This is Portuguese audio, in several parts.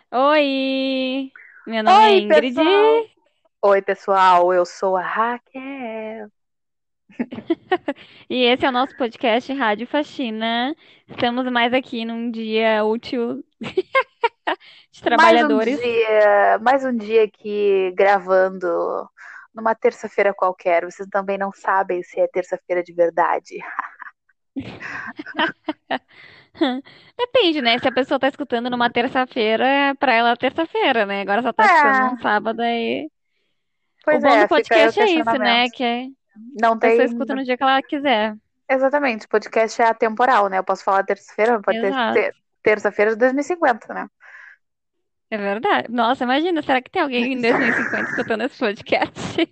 Oi, meu nome é Oi, Ingrid pessoal! Oi, pessoal, eu sou a Raquel. e esse é o nosso podcast Rádio Faxina. Estamos mais aqui num dia útil de trabalhadores. Mais um dia aqui gravando numa terça-feira qualquer. Vocês também não sabem se é terça-feira de verdade. Depende, né? Se a pessoa tá escutando numa terça-feira, pra ela é terça-feira, né? Agora só tá escutando num É, sábado aí. O pois bom do é, fica aí o podcast é isso, questionamento. né? Que Não a pessoa tem. escuta no dia que ela quiser. Exatamente, o podcast é atemporal, né? Eu posso falar terça-feira, mas pode Exato. terça-feira de 2050, né? É verdade. Nossa, imagina, será que tem alguém em 2050 escutando esse podcast?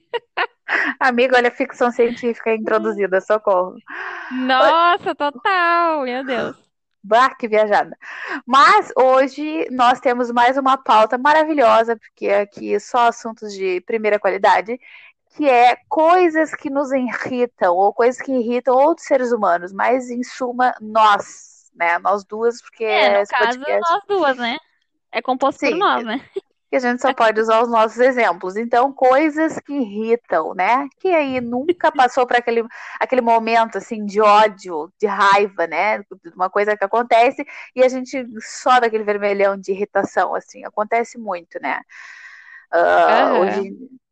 Amigo, olha a ficção científica introduzida, socorro. Nossa, total! Meu Deus. Bah, que viajada. Mas hoje nós temos mais uma pauta maravilhosa, porque aqui só assuntos de primeira qualidade, que é coisas que nos irritam, ou coisas que irritam outros seres humanos, mas em suma, nós, né? Nós duas, porque É, no esse caso, podcast. nós duas, né? É composto por Sim, nós, né? que a gente só pode usar os nossos exemplos. Então, coisas que irritam, né? Que aí nunca passou para aquele momento assim de ódio, de raiva, né? Uma coisa que acontece e a gente sobe aquele vermelhão de irritação, assim. Acontece muito, né? Aham. Hoje.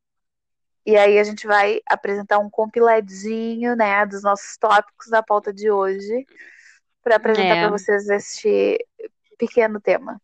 E aí a gente vai apresentar um compiladinho, né, dos nossos tópicos da pauta de hoje, para apresentar para É, vocês este pequeno tema.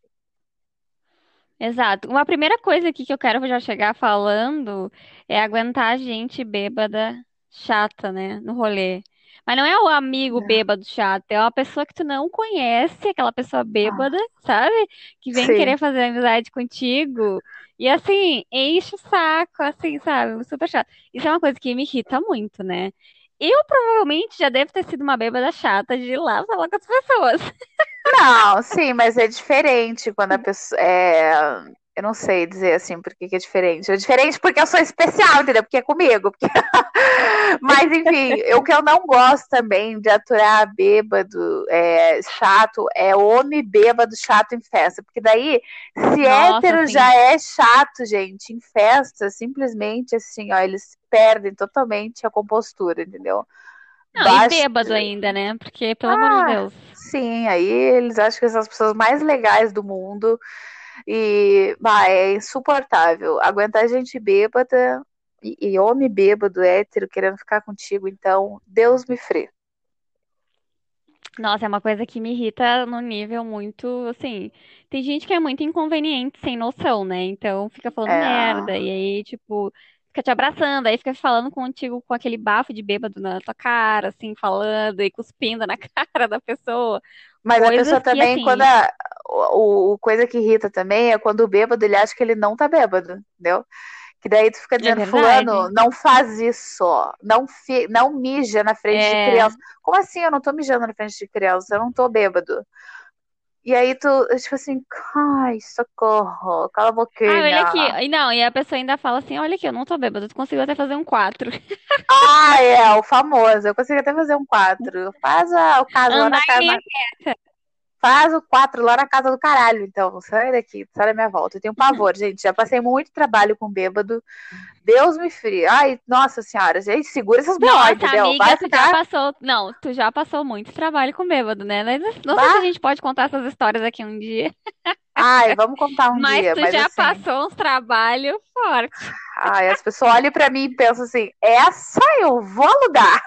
exato. Uma primeira coisa aqui que eu quero já chegar falando é aguentar a gente bêbada chata, né? No rolê. Mas não é o amigo bêbado chato, é uma pessoa que tu não conhece, aquela pessoa bêbada, Ah, sabe? Que vem sim. querer fazer amizade contigo. E assim, enche o saco, assim, sabe? Super chato. Isso é uma coisa que me irrita muito, né? Eu provavelmente já devo ter sido uma bêbada chata de ir lá falar com as pessoas. Não, sim, mas é diferente quando a pessoa. Eu não sei dizer assim por que que é diferente. É diferente porque eu sou especial, entendeu? Porque é comigo. Mas, enfim, o que eu não gosto também de aturar bêbado chato é homem bêbado chato em festa. Porque daí, se Nossa, hétero assim. já é chato, gente, em festa, simplesmente assim, ó, eles perdem totalmente a compostura, entendeu? Não, e Basta. bêbado ainda, né? Porque, pelo amor de Ah, Deus. sim, aí eles acham que são as pessoas mais legais do mundo e bah, é insuportável. Aguentar gente bêbada e homem bêbado, hétero, querendo ficar contigo, então, Deus me free. Nossa, é uma coisa que me irrita no nível muito, assim. Tem gente que é muito inconveniente, sem noção, né? Então fica falando É, merda, e aí, tipo, fica te abraçando, aí fica falando contigo com aquele bafo de bêbado na tua cara, assim, falando e cuspindo na cara da pessoa. mas a pessoa Coisas que, também, quando assim. coisa que irrita também é quando o bêbado ele acha que ele não tá bêbado, entendeu? Que daí tu fica É dizendo, fulano, verdade. não faz isso, não mija na frente de É. criança. Como assim? Eu não tô mijando na frente de criança, eu não tô bêbado. E aí tu, tipo assim, ai, socorro, cala a Ah, olha aqui. boquinha. E não, e a pessoa ainda fala assim: olha aqui, eu não tô bêbada, tu conseguiu até fazer um 4. Ah, é, o famoso. Eu consigo até fazer um 4. Faz o caso lá Andar na casa. em Faz o 4 lá na casa do caralho, então. Sai daqui, sai da minha volta. Eu tenho pavor, gente. Já passei muito trabalho com bêbado. Deus me frie. Ai, nossa senhora, gente, segura essas BO, Nossa, entendeu? amiga, Vai tu já ficar. passou. Não, tu já passou muito trabalho com bêbado, né? Mas não sei se a Bah. gente pode contar essas histórias aqui um dia. Ai, vamos contar um Mas dia, tu mas já assim. passou uns trabalhos fortes. Ai, as pessoas olham pra mim e pensam assim: essa eu vou alugar.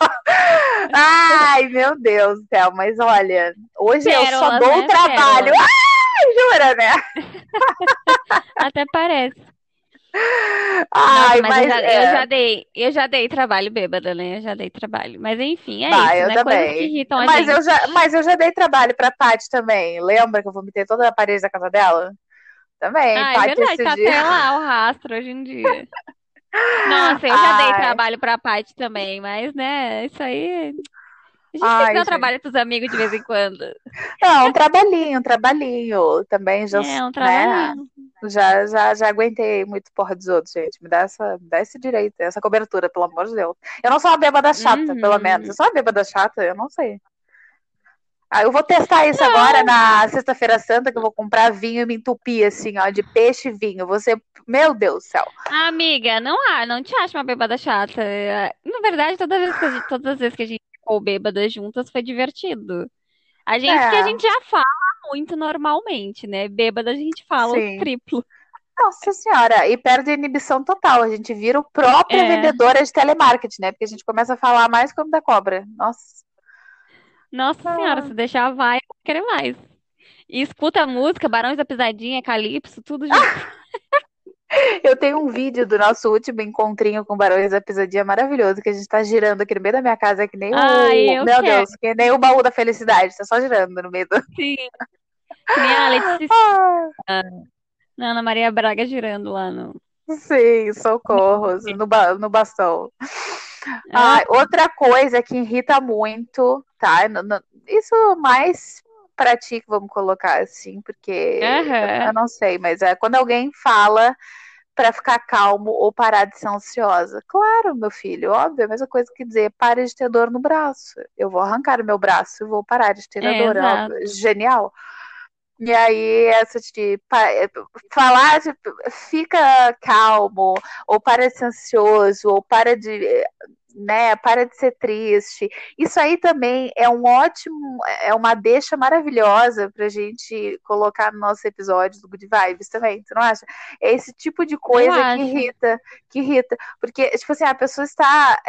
Ai, meu Deus do céu, mas olha, hoje eu só Pérolas, dou o né? trabalho. Pérolas. Ai, jura, né? Até parece. Nossa, Ai, mas eu mas já, eu já dei, eu já dei trabalho bêbada, né? Eu já dei trabalho. Mas enfim, é bah, isso, eu né? Coisas que também. irritam a Mas gente. eu já dei trabalho pra Paty também. Lembra que eu vomitei toda a parede da casa dela? Também, Ah, é Paty verdade, esse tá dia. até lá o rastro hoje em dia. Nossa, eu já dei Ai, trabalho pra Paty também, mas, né, isso aí. A gente tem que ai, dar gente. trabalho pros amigos de vez em quando. Não, um trabalhinho. Também já, É um né? trabalhinho. Já aguentei muito porra dos outros, gente. Me dá esse direito, essa cobertura, pelo amor de Deus. Eu não sou uma bêbada chata, pelo menos. Eu Uhum. sou uma bêbada chata? Eu não sei. Ah, eu vou testar isso agora Não, na Sexta-feira Santa, que eu vou comprar vinho e me entupir, assim, ó, de peixe e vinho. Você, meu Deus do céu. amiga, não te acho uma bêbada chata. Na verdade, todas as vezes que a gente ficou bêbada juntas foi divertido. A É, gente já fala muito normalmente, né? Bêbada a gente fala o sim. triplo. Nossa senhora, e perde a inibição total. A gente vira o própria É, vendedora de telemarketing, né? Porque a gente começa a falar mais como da cobra. Nossa. nossa senhora, Ah. se deixar vai, eu vou querer mais. E escuta a música, Barões da Pisadinha, Calypso, tudo junto. Eu tenho um vídeo do nosso último encontrinho com Barões da Pisadinha maravilhoso, que a gente tá girando aqui no meio da minha casa, que nem Ai, o. eu Meu quero, Deus, que nem o baú da felicidade, tá só girando no meio do. sim. Que nem a Letícia, Ah, na Ana Maria Braga girando lá no. sim, socorro, no bastão. Ah, Ah, outra coisa que irrita muito, tá? Isso mais pra ti que vamos colocar assim, porque eu aham. não sei, mas é quando alguém fala para ficar calmo ou parar de ser ansiosa. Claro, meu filho, óbvio, é a mesma coisa que dizer pare de ter dor no braço. Eu vou arrancar o meu braço e vou parar de ter a É, dor, é óbvio. exato. Genial. E aí, essa de falar, de, fica calmo, ou para de ser ansioso, ou para de, né, para de ser triste. Isso aí também é um ótimo, é uma deixa maravilhosa pra gente colocar no nosso episódio do Good Vibes também, tu não acha? É esse tipo de Eu coisa acho. que irrita, porque, tipo assim, a pessoa está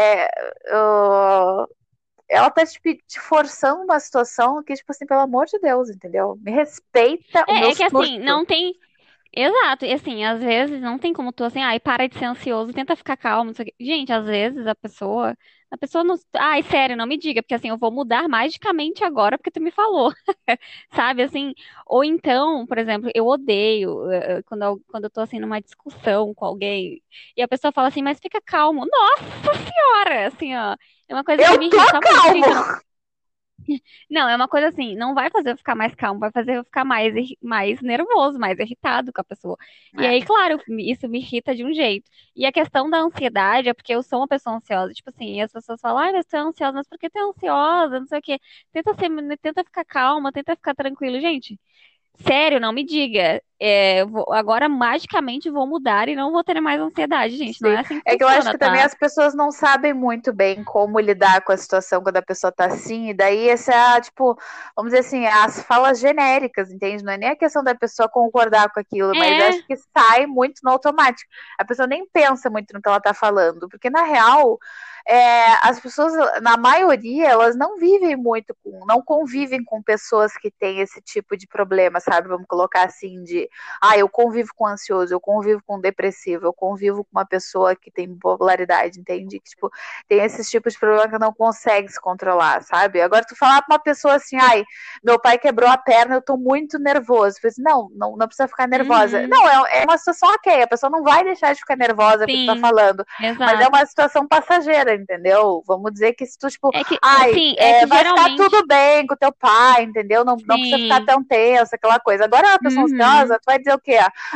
ela tá te forçando uma situação que, tipo assim, pelo amor de Deus, entendeu? Me respeita o meu É que assim, surto. não tem. Exato, e assim, às vezes não tem como tu assim, ai, para de ser ansioso, tenta ficar calmo, não sei o quê. Gente, às vezes a pessoa não, ai, sério, não me diga, porque assim, eu vou mudar magicamente agora porque tu me falou, sabe, assim, ou então, por exemplo, eu odeio quando eu tô assim numa discussão com alguém e a pessoa fala assim, mas fica calmo, nossa senhora, assim, ó, é uma coisa que Eu me tô irrita muito, gente, eu não. calmo! Não, é uma coisa assim, não vai fazer eu ficar mais calmo, vai fazer eu ficar mais nervoso, mais irritado com a pessoa. E É, aí, claro, isso me irrita de um jeito. E a questão da ansiedade é porque eu sou uma pessoa ansiosa. Tipo assim, e as pessoas falam, ai, mas tu é ansiosa, mas por que tu é ansiosa? Não sei o quê. Tenta ficar calma, tenta ficar tranquilo. Gente, sério, não me diga. Agora magicamente vou mudar e não vou ter mais ansiedade, gente. Não sim. é assim que É que eu acho funciona, que também tá? as pessoas não sabem muito bem como lidar com a situação quando a pessoa tá assim, e daí essa é a, tipo, vamos dizer assim, as falas genéricas, entende? Não é nem a questão da pessoa concordar com aquilo, mas É, acho que sai muito no automático. A pessoa nem pensa muito no que ela tá falando, porque na real, as pessoas, na maioria, elas não vivem muito não convivem com pessoas que têm esse tipo de problema, sabe? Vamos colocar assim, de eu convivo com ansioso, eu convivo com depressivo, eu convivo com uma pessoa que tem bipolaridade, entende? Que, tipo, tem esses tipos de problema que não consegue se controlar, sabe? Agora, tu falar pra uma pessoa assim, ai, meu pai quebrou a perna, eu tô muito nervoso. Assim, não precisa ficar nervosa. uhum, Não, é uma situação ok, a pessoa não vai deixar de ficar nervosa porque tu tá sim, falando, mas é exato. uma situação passageira, entendeu? Vamos dizer que se tu, tipo, É que, ai, assim, é que vai ficar geralmente, tudo bem com teu pai, entendeu? Não precisa ficar sim, tão tenso, aquela coisa. Agora, uma pessoa uhum. ansiosa, tu vai dizer o quê?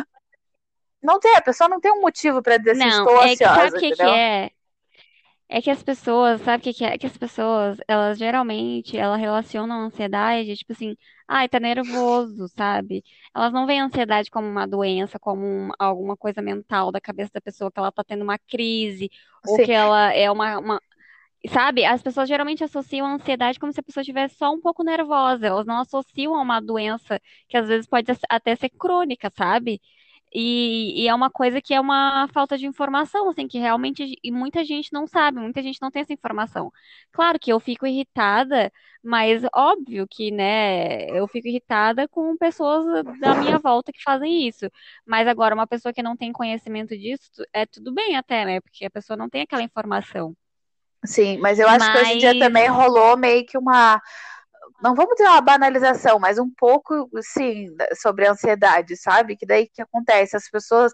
Não tem, a pessoa não tem um motivo pra dizer assim, Não, estou é que sabe o ansiosa, que que entendeu? é? É que as pessoas, sabe o que que é? É que as pessoas, elas geralmente, elas relacionam a ansiedade, tipo assim, ai, tá nervoso, sabe? Elas não veem a ansiedade como uma doença, como alguma coisa mental da cabeça da pessoa, que ela tá tendo uma crise, ou Sim, que ela é sabe? As pessoas geralmente associam a ansiedade como se a pessoa estivesse só um pouco nervosa. Elas não associam a uma doença que às vezes pode até ser crônica, sabe? E é uma coisa que é uma falta de informação, assim, que realmente e muita gente não sabe, muita gente não tem essa informação. Claro que eu fico irritada, mas óbvio que, né, eu fico irritada com pessoas da minha volta que fazem isso. Mas agora, uma pessoa que não tem conhecimento disso, é tudo bem até, né? Porque a pessoa não tem aquela informação. sim, mas eu acho que hoje em dia Mas também rolou meio que uma, não vamos dizer uma banalização, mas um pouco, sim, sobre a ansiedade, sabe? Que daí que acontece? As pessoas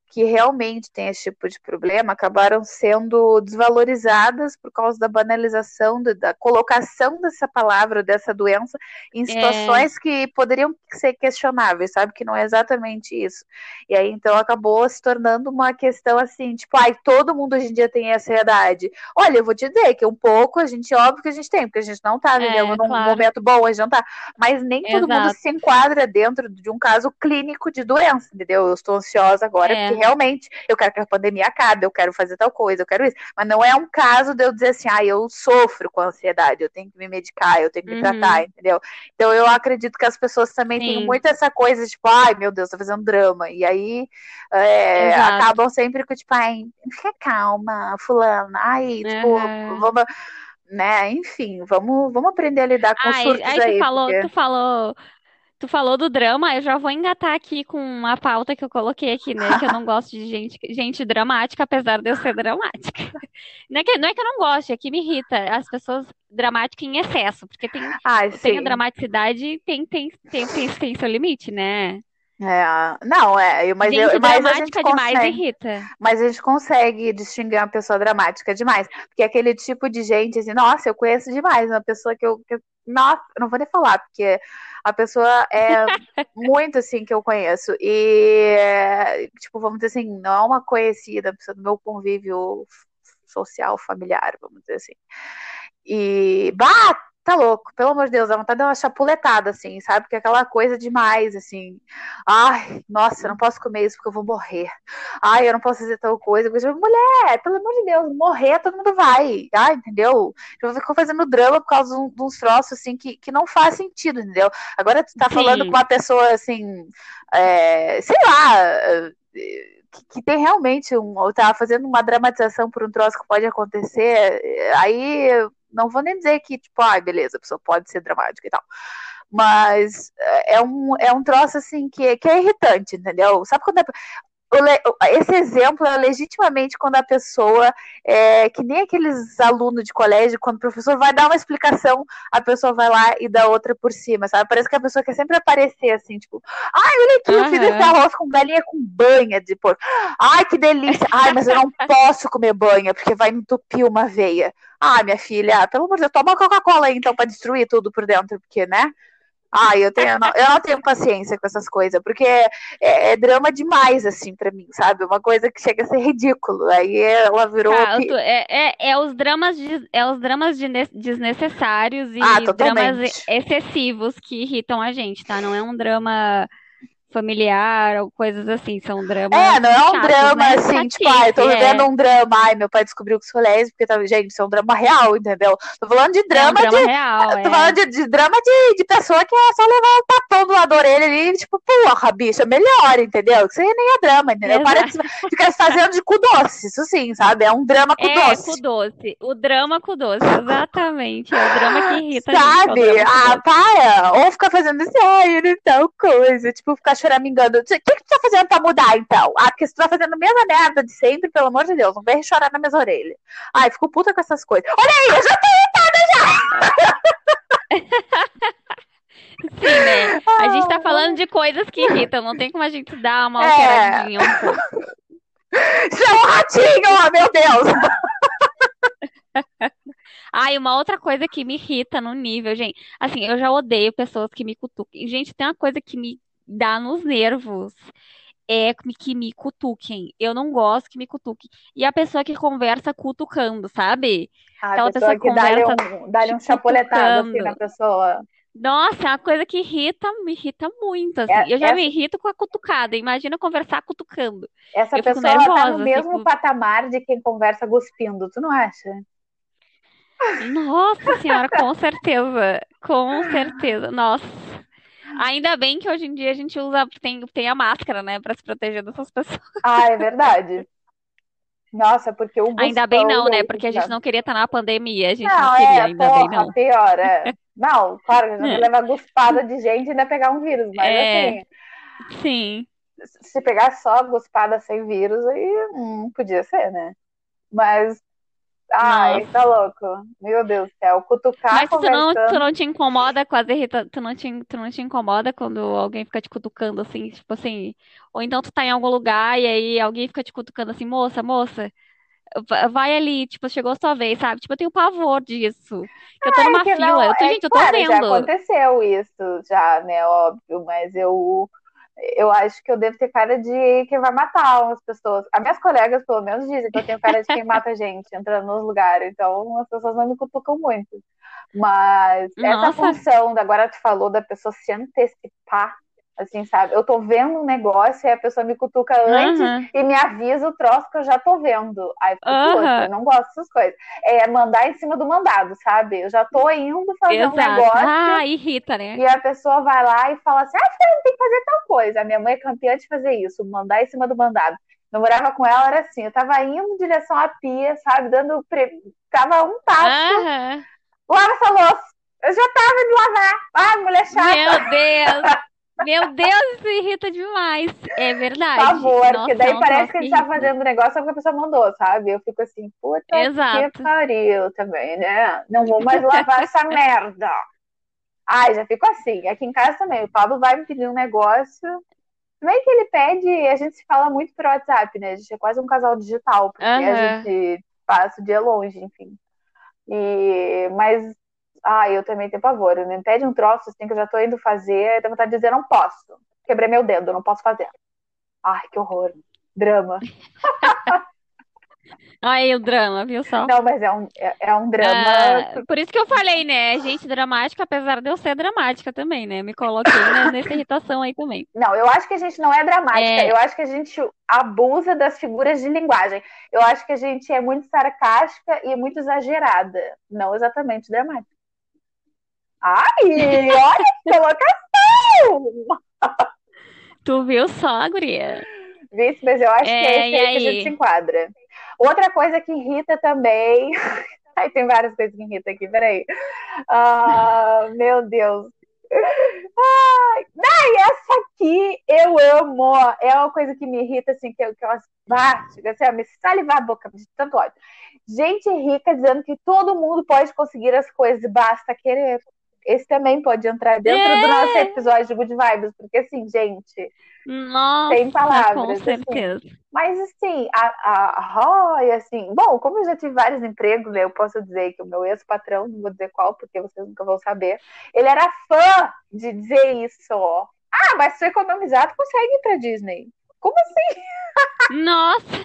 que realmente têm esse tipo de problema acabaram sendo desvalorizadas por causa da banalização, da colocação dessa palavra, dessa doença, em É, situações que poderiam ser questionáveis, sabe? Que não é exatamente isso. E aí, então, acabou se tornando uma questão assim, tipo, ai, todo mundo hoje em dia tem essa idade. Olha, eu vou te dizer que um pouco a gente, óbvio que a gente tem, porque a gente não tá vivendo num claro, momento bom, a gente não tá, mas nem todo mundo exato. se enquadra dentro de um caso clínico de doença, entendeu? Eu estou ansiosa agora porque É, realmente eu quero que a pandemia acabe, eu quero fazer tal coisa, eu quero isso, mas não é um caso de eu dizer assim, ah, eu sofro com ansiedade, eu tenho que me medicar, eu tenho que me tratar, uhum, entendeu? Então eu acredito que as pessoas também têm sim, muito essa coisa, tipo, ai meu Deus, tô fazendo drama, e aí exato. acabam sempre com, tipo, ai, fica calma, fulana, ai, tipo, Aham. vamos, né, enfim, vamos aprender a lidar com os Ah, surtos aí tu aí, falou, porque... tu falou do drama, eu já vou engatar aqui com uma pauta que eu coloquei aqui, né? Que eu não gosto de gente dramática, apesar de eu ser dramática. Não é que eu não gosto, é que me irrita as pessoas dramáticas em excesso, porque Ai, tem a sim. dramaticidade e tem seu limite, né? Não, Gente mas a gente dramática demais consegue. irrita. Mas a gente consegue distinguir uma pessoa dramática demais. Porque é aquele tipo de gente, assim, nossa, eu conheço demais. Uma pessoa nossa, eu não vou nem falar, porque a pessoa é muito assim que eu conheço. E, tipo, vamos dizer assim, não é uma conhecida, pessoa do meu convívio social, familiar, vamos dizer assim. E, bah, tá louco, pelo amor de Deus, dá vontade de dar uma chapuletada, assim, sabe? Porque é aquela coisa demais, assim. Ai, nossa, eu não posso comer isso porque eu vou morrer. Ai, eu não posso fazer tal coisa. Porque, mulher, pelo amor de Deus, morrer todo mundo vai. Ai, entendeu? Eu fico fazendo drama por causa de uns troços, assim, que não faz sentido, entendeu? Agora tu tá falando com Sim, uma pessoa, assim, sei lá, que tem realmente tá fazendo uma dramatização por um troço que pode acontecer, aí não vou nem dizer que, tipo, ai, beleza, a pessoa pode ser dramática e tal. Mas é um troço assim que é irritante, entendeu? Sabe quando esse exemplo é legitimamente quando a pessoa, que nem aqueles alunos de colégio, quando o professor vai dar uma explicação, a pessoa vai lá e dá outra por cima, sabe? Parece que a pessoa quer sempre aparecer assim, tipo, ai, olha aqui, eu fiz esse aham, arroz com galinha com banha de porco. Ai, que delícia. Ai, mas eu não posso comer banha, porque vai me entupir uma veia. Ah, minha filha, pelo amor de Deus, toma uma Coca-Cola aí, então, pra destruir tudo por dentro, porque, né? Eu não tenho paciência com essas coisas, porque é drama demais, assim, pra mim, sabe? Uma coisa que chega a ser ridículo. Aí ela virou. tá, é os dramas desnecessários Ah, e dramas totalmente. excessivos que irritam a gente, tá? Não é um drama familiar ou coisas assim, são dramas Não é um chatos, drama né? assim, tipo, eu Chatice, tô vivendo é. um drama, ai, meu pai descobriu que sou lésbica, tá... gente, isso é um drama real, entendeu? Tô falando de É um drama drama real, tô falando é. de drama de pessoa que é só levar um tapão do lado da orelha ali, tipo, porra, bicha, melhor, entendeu? Isso aí nem é drama, entendeu? Para de Exato. ficar se fazendo de cu doce, isso sim, sabe? É um drama cu É, cu doce. doce. O drama cu doce, exatamente. É o drama que irrita a gente, é o Sabe? drama cu Ah, doce. para! Ou ficar fazendo assim, ai, ele tal coisa. Tipo, ficar choramingando. O que tu tá fazendo pra mudar, então? Ah, porque se tu tá fazendo a mesma merda de sempre, pelo amor de Deus, não vem chorar nas minhas orelhas. Ai, fico puta com essas coisas. Olha aí, eu já tô irritada já! Sim, né? A gente tá falando de coisas que irritam, não tem como a gente dar uma É. alteradinha um pouco. Isso é um ratinho, ó, meu Deus! Ah, e uma outra coisa que me irrita no nível, gente. Assim, eu já odeio pessoas que me cutuquem. Gente, tem uma coisa que me dá nos nervos. É que me cutuquem. Eu não gosto que me cutuquem. E a pessoa que conversa cutucando, sabe? Ah, a Aquela pessoa pessoa que que dá-lhe conversa dá-lhe te um chapuletado assim na cutucando. pessoa. Nossa, é uma coisa que me irrita muito, assim. Eu já me Essa, irrito com a cutucada. Imagina conversar cutucando. essa Eu fico pessoa tá no nervosa, mesmo fico. patamar de quem conversa cuspindo, tu não acha? Nossa senhora, com certeza. Com certeza. Nossa. Ainda bem que hoje em dia a gente tem a máscara, né, pra se proteger dessas pessoas. Ah, é verdade. Nossa, porque o Ainda bem Gustavo, não, né? gente, Porque a gente não queria estar na pandemia, a gente não não, queria, ainda bem porra, não. pior, é. Não, claro que a gente não vai levar guspada de gente e ainda pegar um vírus, mas É, assim, sim. se pegar só guspada sem vírus, aí podia ser, né? Mas, Ai, Nossa. tá louco. Meu Deus do céu. Cutucar Mas tu conversando. não te incomoda com as irrita... tu não te incomoda quando alguém fica te cutucando assim, tipo assim, ou então tu tá em algum lugar e aí alguém fica te cutucando assim, moça, moça, vai ali, tipo, chegou a sua vez, sabe? Tipo, eu tenho pavor disso. Que eu tô É numa que fila, não, gente, eu tô claro, já vendo. aconteceu isso, já, né, óbvio, mas eu acho que eu devo ter cara de quem vai matar umas pessoas. As minhas colegas, pelo menos, dizem que eu tenho cara de quem mata gente entrando nos lugares, então as pessoas não me cutucam muito. Mas essa Nossa, função, agora tu falou da pessoa se antecipar, assim, sabe? Eu tô vendo um negócio e a pessoa me cutuca antes aham, e me avisa o troço que eu já tô vendo. Aí eu fico puta, aham, eu não gosto dessas coisas. É mandar em cima do mandado, sabe? Eu já tô indo fazer um exato. negócio Ah, irrita, né? e a pessoa vai lá e fala assim: ah, Fernanda, tem que fazer tal coisa. A minha mãe é campeã de fazer isso, mandar em cima do mandado. Eu morava com ela, era assim, eu tava indo em direção à pia, sabe? Tava um passo, Aham. lava essa louça. Eu já tava de lavar. Ah, mulher chata, Meu Deus, meu Deus, isso irrita demais. É por verdade. favor, porque Nossa, é daí um parece troço que a que gente tá irrita. fazendo um negócio só porque a pessoa mandou, sabe? Eu fico assim, puta que Exato. pariu também, né? Não vou mais lavar essa merda. Ai, já fico assim. Aqui em casa também. O Pablo vai me pedir um negócio. Também que ele pede, a gente se fala muito por WhatsApp, né? A gente é quase um casal digital, porque a Aham. gente passa o dia longe, enfim. Mas, eu também tenho pavor. Me pede um troço assim que eu já tô indo fazer, aí dá vontade de dizer, não posso. Quebrei meu dedo, não posso fazer. Ai, que horror. Drama. Aí o drama, viu só? Não, mas é um drama. Ah, por isso que eu falei, né? Gente dramática, apesar de eu ser dramática também, né? Me coloquei, né, nessa irritação aí também. Não, eu acho que a gente não é dramática. É, Eu acho que a gente abusa das figuras de linguagem. Eu acho que a gente é muito sarcástica e muito exagerada. Não exatamente dramática. Ai, olha que colocação! tu viu só, guria? Vice, mas eu acho que é É, esse e aí que a gente se aí? enquadra. Outra coisa que irrita também. Ai, tem várias coisas que irritam aqui, peraí. Meu Deus. Ai, essa aqui eu amo. É uma coisa que me irrita, assim, que elas. Chega assim, me salivar a boca de tanto ódio. Gente rica dizendo que todo mundo pode conseguir as coisas, basta querer. Esse também pode entrar dentro do nosso É, episódio de Good Vibes, porque assim, gente, sem nossa, com palavras, assim. certeza. Mas assim, a Roy, assim, bom, como eu já tive vários empregos, né, eu posso dizer que o meu ex-patrão, não vou dizer qual, porque vocês nunca vão saber, ele era fã de dizer isso. Ah, mas se tu economizar, tu consegue ir pra Disney. Como assim? Nossa,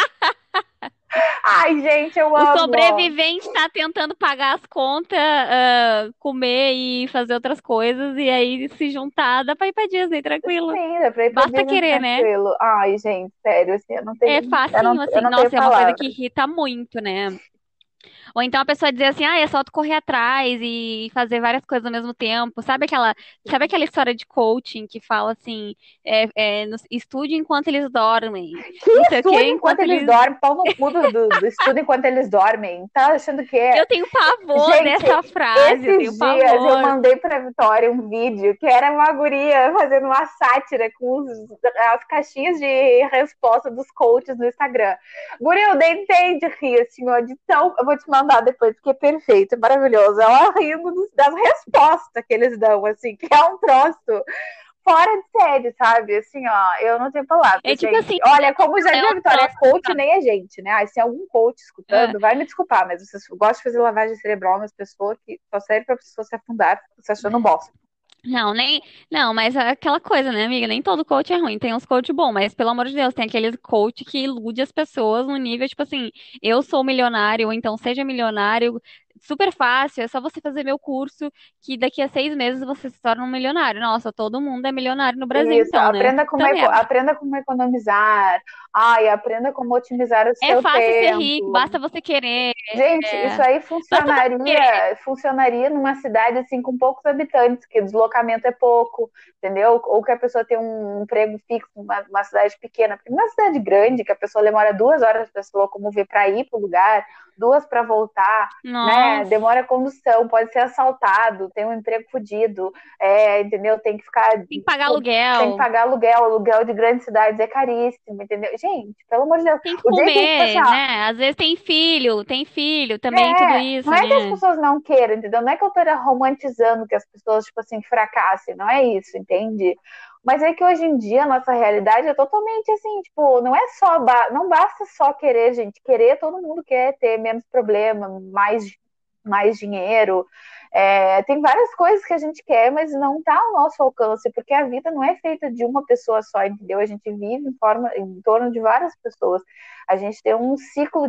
Ai, gente, eu o amo. sobrevivente tá tentando pagar as contas, comer e fazer outras coisas, e aí se juntar, dá pra ir pra Disney, tranquilo. Sim, dá pra ir pra Basta Disney querer, né? tranquilo. Ai, gente, sério, assim, eu não É tenho, facinho, eu assim. não tenho Nossa, é uma coisa que palavras. irrita muito, né? Ou então a pessoa dizer assim, ah, é só tu correr atrás e fazer várias coisas ao mesmo tempo. Sabe aquela história de coaching que fala assim, estude enquanto eles dormem, Que não sei o quê, estudo enquanto enquanto eles eles. dormem, pau no cu do estudo enquanto eles dormem. Tá achando que é? Eu tenho pavor Gente, dessa frase, eu tenho esses dias eu pavor. mandei pra Vitória um vídeo que era uma guria fazendo uma sátira com as caixinhas de resposta dos coaches no Instagram. Guria, eu deitei de rir, assim, ó, de tão. Eu vou te mandar depois, porque é perfeito, é maravilhoso. Ela rindo das respostas que eles dão, assim, que é um troço fora de série, sabe? Assim, ó, eu não tenho É palavras, tipo gente. assim, Olha, como já é viu, um a Vitória é troço. coach, nem a gente, né? Aí, se algum coach É, escutando, vai me desculpar, mas vocês gostam de fazer lavagem cerebral nas pessoas que só serve pra pessoa se afundar, se achando bosta. não, nem. Não, mas é aquela coisa, né, amiga? Nem todo coach é ruim. Tem uns coach bons, mas pelo amor de Deus, tem aquele coach que ilude as pessoas no nível, tipo assim, eu sou milionário, ou então seja milionário, super fácil, é só você fazer meu curso, que daqui a 6 meses você se torna um milionário. Nossa, todo mundo é milionário no Brasil, Isso, então, né? Puta merda. aprenda como economizar, aprenda como otimizar o É seu fácil ser rico, tempo. basta você querer. Gente, isso aí Basta você querer. funcionaria numa cidade assim com poucos habitantes, que o deslocamento é pouco, entendeu? Ou que a pessoa tem um emprego fixo numa cidade pequena, porque numa cidade grande, que a pessoa demora 2 horas para se locomover para ir para o lugar, 2 para voltar, né? Nossa, Demora a condução, pode ser assaltado, tem um emprego fodido, entendeu? Tem que ficar, tem que pagar tipo, tem que aluguel, pagar aluguel de grandes cidades é caríssimo, entendeu? Gente, pelo amor de Deus, tem que o dia que, tipo assim, comer, ó, né? Às vezes tem filho também, tudo não isso, é que as né? pessoas não queiram, entendeu? Não é que eu tô romantizando que as pessoas, tipo assim, fracassem, não é isso, entende? Mas é que hoje em dia a nossa realidade é totalmente assim, tipo, não é só, não basta só querer, gente. Querer, todo mundo quer ter menos problema, mais dinheiro. Tem várias coisas que a gente quer, mas não tá ao nosso alcance, porque a vida não é feita de uma pessoa só, entendeu? A gente vive em torno de várias pessoas. A gente tem um ciclo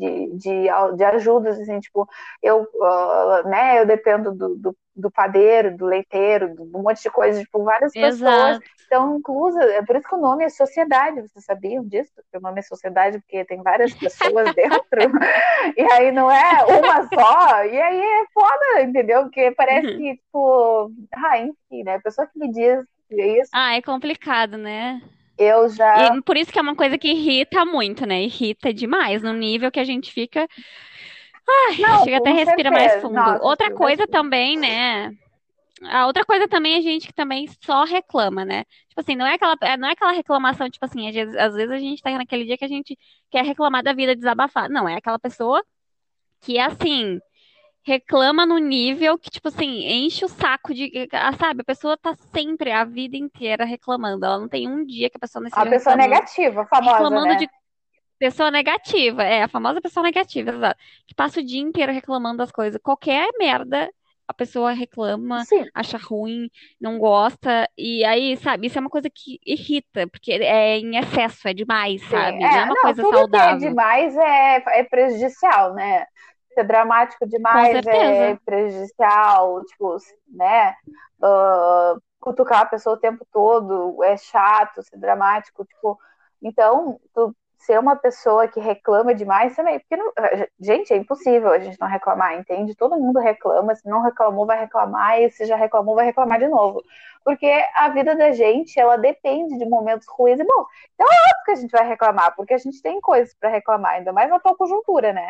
de ajudas, assim, tipo, né, eu dependo do padeiro, do leiteiro, de um monte de coisa, tipo, várias pessoas Exato. estão inclusas. É por isso que o nome é sociedade. Vocês sabiam disso? Que o nome é sociedade porque tem várias pessoas dentro. E aí não é uma só. E aí é foda, entendeu? Porque parece que, tipo, enfim, né? A pessoa que me diz isso, Ah, é complicado, né? eu já. E por isso que é uma coisa que irrita muito, né? Irrita demais, no nível que a gente fica, Não, chega até com respira mais certeza. fundo. Nossa, Outra chega. coisa também, né? A outra coisa também é gente que também só reclama, né? Tipo assim, não é aquela reclamação, tipo assim, às vezes a gente tá naquele dia que a gente quer reclamar da vida, desabafar. Não, é aquela pessoa que, assim, reclama no nível que, tipo assim, enche o saco sabe? A pessoa tá sempre, a vida inteira reclamando. Ela não tem um dia que a pessoa não A esteja pessoa negativa, famosa, reclamando né? de pessoa negativa. É, a famosa pessoa negativa, exato. Que passa o dia inteiro reclamando das coisas. Qualquer merda, a pessoa reclama, Sim. acha ruim, não gosta. E aí, sabe, isso é uma coisa que irrita, porque é em excesso, é demais, Sim, sabe? Não é uma não, coisa tudo que é saudável. demais é prejudicial, né? Ser dramático Com demais é certeza. prejudicial, tipo, né? Cutucar a pessoa o tempo todo é chato, ser dramático, tipo. Então, tu ser uma pessoa que reclama demais também, porque, gente, é impossível a gente não reclamar, entende? Todo mundo reclama, se não reclamou, vai reclamar, e se já reclamou, vai reclamar de novo. Porque a vida da gente, ela depende de momentos ruins e bons. Então, que a gente vai reclamar, porque a gente tem coisas para reclamar, ainda mais na tua conjuntura, né?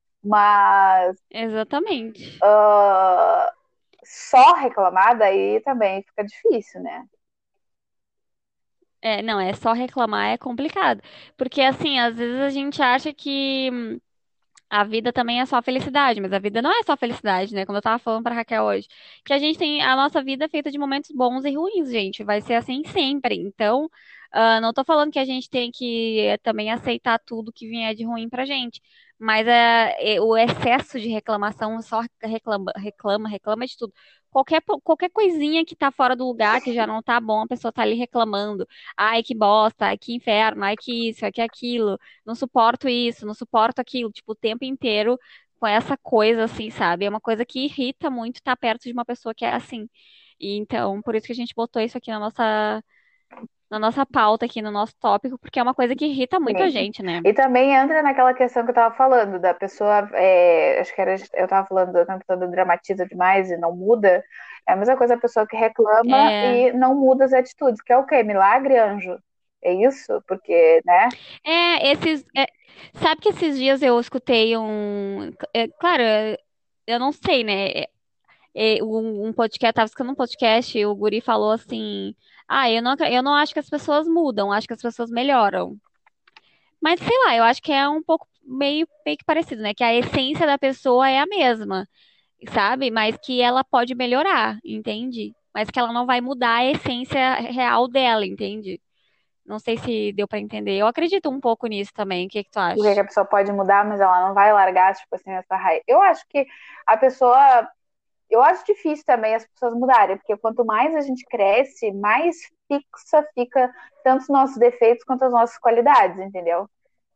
Mas Exatamente. só reclamar daí também fica difícil, né? É, não, é só reclamar é complicado. Porque, assim, às vezes a gente acha que a vida também é só felicidade, mas a vida não é só felicidade, né? Como eu tava falando pra Raquel hoje. Que a gente tem. A nossa vida é feita de momentos bons e ruins, gente. Vai ser assim sempre. Então, não tô falando que a gente tem que também aceitar tudo que vier de ruim pra gente. Mas o excesso de reclamação só reclama de tudo. Qualquer coisinha que tá fora do lugar, que já não tá bom, a pessoa tá ali reclamando. Ai, que bosta, ai, que inferno, ai, que isso, ai, que aquilo, não suporto isso, não suporto aquilo, tipo, o tempo inteiro com essa coisa assim, sabe? É uma coisa que irrita muito estar perto de uma pessoa que é assim. E então, por isso que a gente botou isso aqui na nossa pauta, aqui no nosso tópico, porque é uma coisa que irrita muito a Sim. gente, né? E também entra naquela questão que eu tava falando, da pessoa, acho que era, eu tava falando da pessoa que dramatiza demais e não muda. É a mesma coisa a pessoa que reclama É, e não muda as atitudes, que é o quê? Milagre, anjo? É isso? Porque, né? sabe que esses dias eu escutei claro, eu não sei, né? Um podcast, tava escutando um podcast, e o guri falou assim: Ah, eu não acho que as pessoas mudam, acho que as pessoas melhoram. Mas sei lá, eu acho que é um pouco meio que parecido, né? Que a essência da pessoa é a mesma, sabe? Mas que ela pode melhorar, entende? Mas que ela não vai mudar a essência real dela, entende? Não sei se deu pra entender. Eu acredito um pouco nisso também. O que que tu O que acha? a pessoa pode mudar, mas ela não vai largar, tipo assim, essa raiva. Eu acho que a pessoa. Eu acho difícil também as pessoas mudarem, porque quanto mais a gente cresce, mais fixa fica tanto os nossos defeitos quanto as nossas qualidades, entendeu?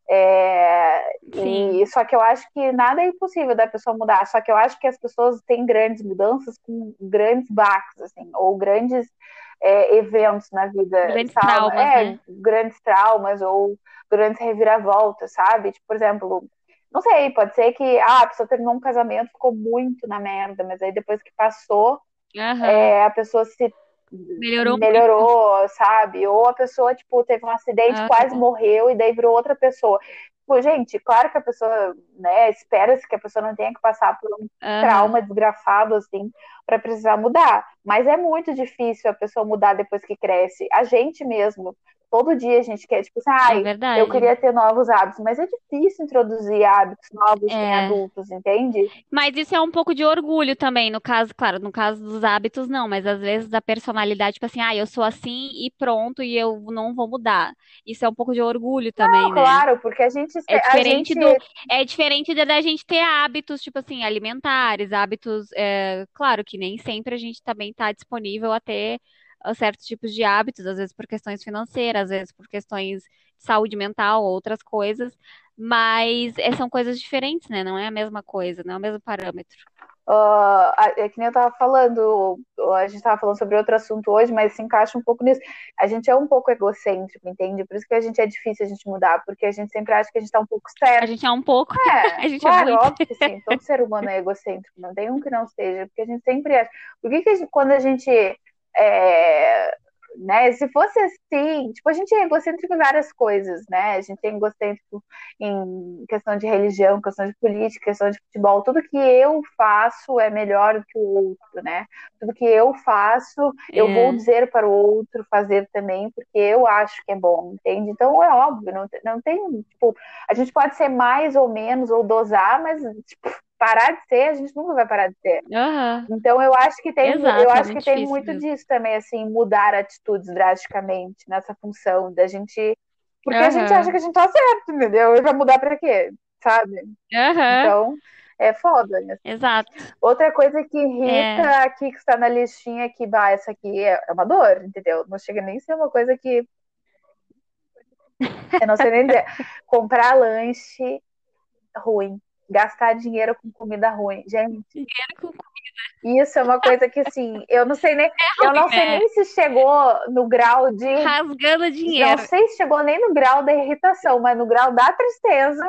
Sim, E só que eu acho que nada é impossível da pessoa mudar. Só que eu acho que as pessoas têm grandes mudanças com grandes baques, assim, ou grandes eventos na vida, grandes sabe? traumas, né? Grandes traumas ou grandes reviravoltas, sabe? Tipo, por exemplo, não sei, pode ser que a pessoa terminou um casamento, ficou muito na merda, mas aí depois que passou, Aham. a pessoa se Melhorou muito. melhorou, sabe? Ou a pessoa, tipo, teve um acidente, quase Aham. morreu e daí virou outra pessoa. tipo, gente, claro que a pessoa, né, espera-se que a pessoa não tenha que passar por um Aham. trauma desgrafado, assim, para precisar mudar. Mas é muito difícil a pessoa mudar depois que cresce. A gente mesmo, todo dia a gente quer, tipo assim, É ai, eu verdade. queria ter novos hábitos, mas é difícil introduzir hábitos novos em É. adultos, entende? Mas isso é um pouco de orgulho também, no caso, claro, no caso dos hábitos não, mas às vezes da personalidade, tipo assim, ah, eu sou assim e pronto, e eu não vou mudar. Isso é um pouco de orgulho Não, também, né? claro, porque É a diferente gente do, é diferente da gente ter hábitos, tipo assim, alimentares, hábitos, claro que nem sempre a gente também está disponível a ter certos tipos de hábitos, às vezes por questões financeiras, às vezes por questões de saúde mental, outras coisas, mas são coisas diferentes, né? Não é a mesma coisa, não é o mesmo parâmetro. é que nem eu tava falando, a gente tava falando sobre outro assunto hoje, mas se encaixa um pouco nisso. A gente é um pouco egocêntrico, entende? Por isso que a gente é difícil a gente mudar, porque a gente sempre acha que a gente tá um pouco A certo. gente é um pouco, É, a gente é claro, muito. óbvio que sim, todo ser humano é egocêntrico, não tem um que não seja, porque a gente sempre acha. Por que, que quando a gente é, né, se fosse assim, tipo, a gente é egocêntrico em várias coisas, né? A gente é egocêntrico em questão de religião, questão de política, questão de futebol. Tudo que eu faço é melhor do que o outro, né? Tudo que eu faço, eu vou É, dizer para o outro fazer também, porque eu acho que é bom, entende? Então é óbvio, não tem, tipo, a gente pode ser mais ou menos, ou dosar, mas tipo, parar de ser, a gente nunca vai parar de ser. aham, Então eu exato, é acho que muito tem difícil muito mesmo. disso também, assim, mudar atitudes drasticamente nessa função da gente, porque a gente acha Aham, que a gente tá certo, entendeu? E vai mudar pra quê? Sabe? aham, Então, é foda, né? exato. Outra coisa que irrita É, aqui que está na listinha que, bah, essa aqui é uma dor, entendeu? Não chega nem a ser uma coisa que eu não sei nem dizer. Comprar lanche ruim, gastar dinheiro com comida ruim. Gente, dinheiro com isso é uma coisa que assim, é eu ruim, não sei né? nem se chegou no grau de, Rasgando não dinheiro. sei se chegou nem no grau da irritação, mas no grau da tristeza.